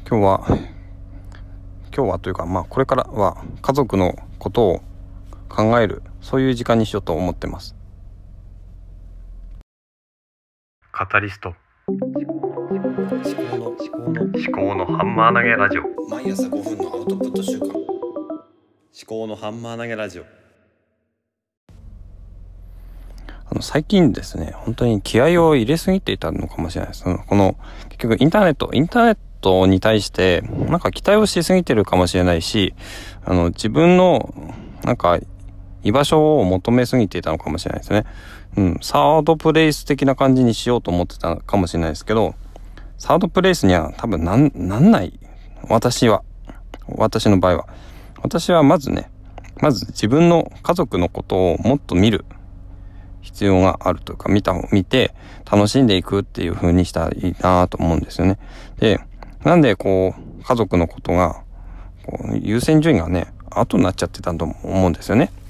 今日はというか、これからは家族のことを考える、そういう時間にしようと思ってます。カタリスト思考のハンマー投げラジオ。 毎朝5分のアウトプット週間、思考のハンマー投げラジオ。 最近ですね、本当に気合を入れすぎていたのかもしれないです。この結局インターネットに対して期待をしすぎてるかもしれないし、自分の居場所を求めすぎていたのかもしれないですね。サードプレイス的な感じにしようと思ってたかもしれないですけど、サードプレイスには多分なんない。私の場合は。私はまず自分の家族のことをもっと見る必要があるというか、見て楽しんでいくっていう風にしたらいいなと思うんですよね。で、なんで家族のことが優先順位が後になっちゃってたと思うんですよね。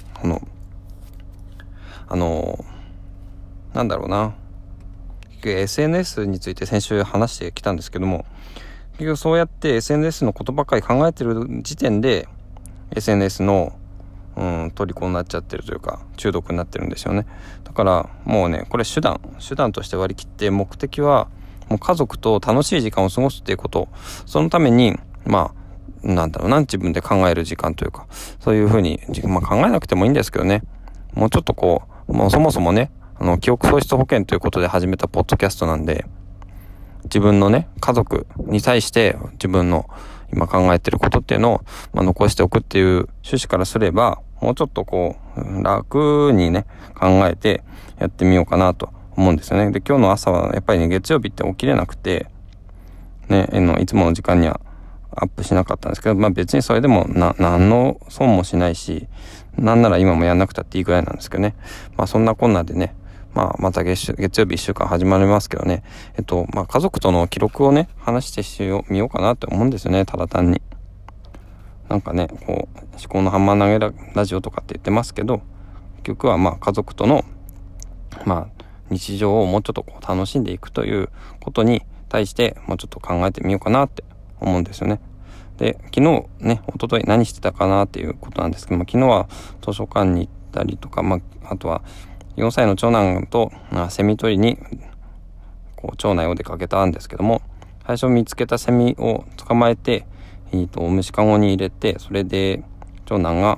なんだろうな。SNS について先週話してきたんですけども、結局そうやって SNS のことばかり考えてる時点で SNS の虜になっちゃってるというか、中毒になってるんですよね。だからもうこれ手段として割り切って、目的はもう家族と楽しい時間を過ごすっていうこと。そのために自分で考える時間というか、そういうふうに考えなくてもいいんですけどね。もうちょっともうそもそも記憶喪失保険ということで始めたポッドキャストなんで、自分の家族に対して自分の今考えてることっていうのを、残しておくっていう趣旨からすれば、もうちょっと楽に考えてやってみようかなと思うんですよね。で、今日の朝はやっぱり月曜日って起きれなくていつもの時間にはアップしなかったんですけど、別にそれでも何の損もしないし、なんなら今もやんなくたっていいぐらいなんですけどね。そんなこんなでまた月曜日1週間始まりますけどね。家族との記録を話してみようかなと思うんですよね。ただ単に。思考のハンマー投げラジオとかって言ってますけど、結局は家族との日常をもうちょっと楽しんでいくということに対してもうちょっと考えてみようかなって思うんですよね。で、昨日一昨日何してたかなっていうことなんですけども、昨日は図書館に行ったりとか、あとは4歳の長男とセミ取りに町内を出かけたんですけども、最初見つけたセミを捕まえて虫かごに入れて、それで長男が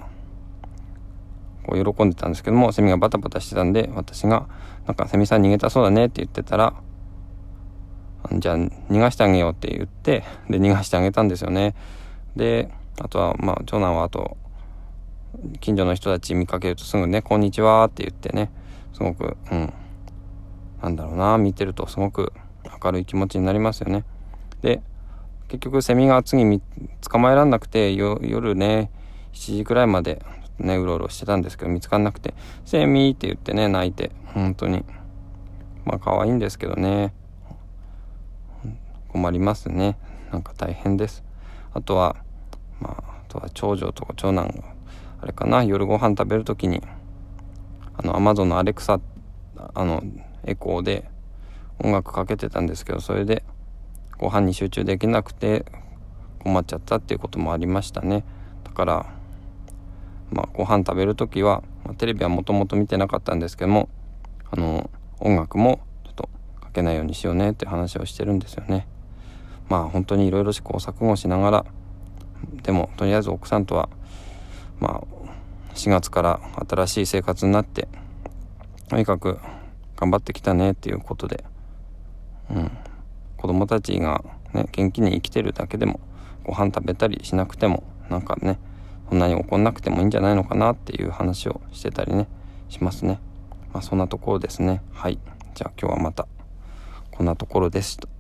喜んでたんですけども、セミがバタバタしてたんで、私がセミさん逃げたそうだねって言ってたら、じゃあ逃がしてあげようって言って、で逃がしてあげたんですよね。で、あとは長男は近所の人たち見かけるとすぐこんにちはって言ってすごく見てるとすごく明るい気持ちになりますよね。で、結局セミが次捕まえらんなくて、夜7時くらいまでうろうろしてたんですけど、見つかんなくて、セミって言って泣いて、本当に可愛いんですけど困りますね。大変です。あとは長女とか長男があれかな、夜ご飯食べるときにAmazon のアレクサエコーで音楽かけてたんですけど、それでご飯に集中できなくて困っちゃったっていうこともありましたね。だからご飯食べるときは、テレビはもともと見てなかったんですけども、音楽もちょっとかけないようにしようねって話をしてるんですよね。本当にいろいろ試行錯誤しながら、でもとりあえず奥さんとは4月から新しい生活になって、とにかく頑張ってきたねっていうことで、子供たちが元気に生きてるだけでも、ご飯食べたりしなくてもそんなに怒んなくてもいいんじゃないのかなっていう話をしてたりしますね。そんなところですね。はい。じゃあ今日はまたこんなところです。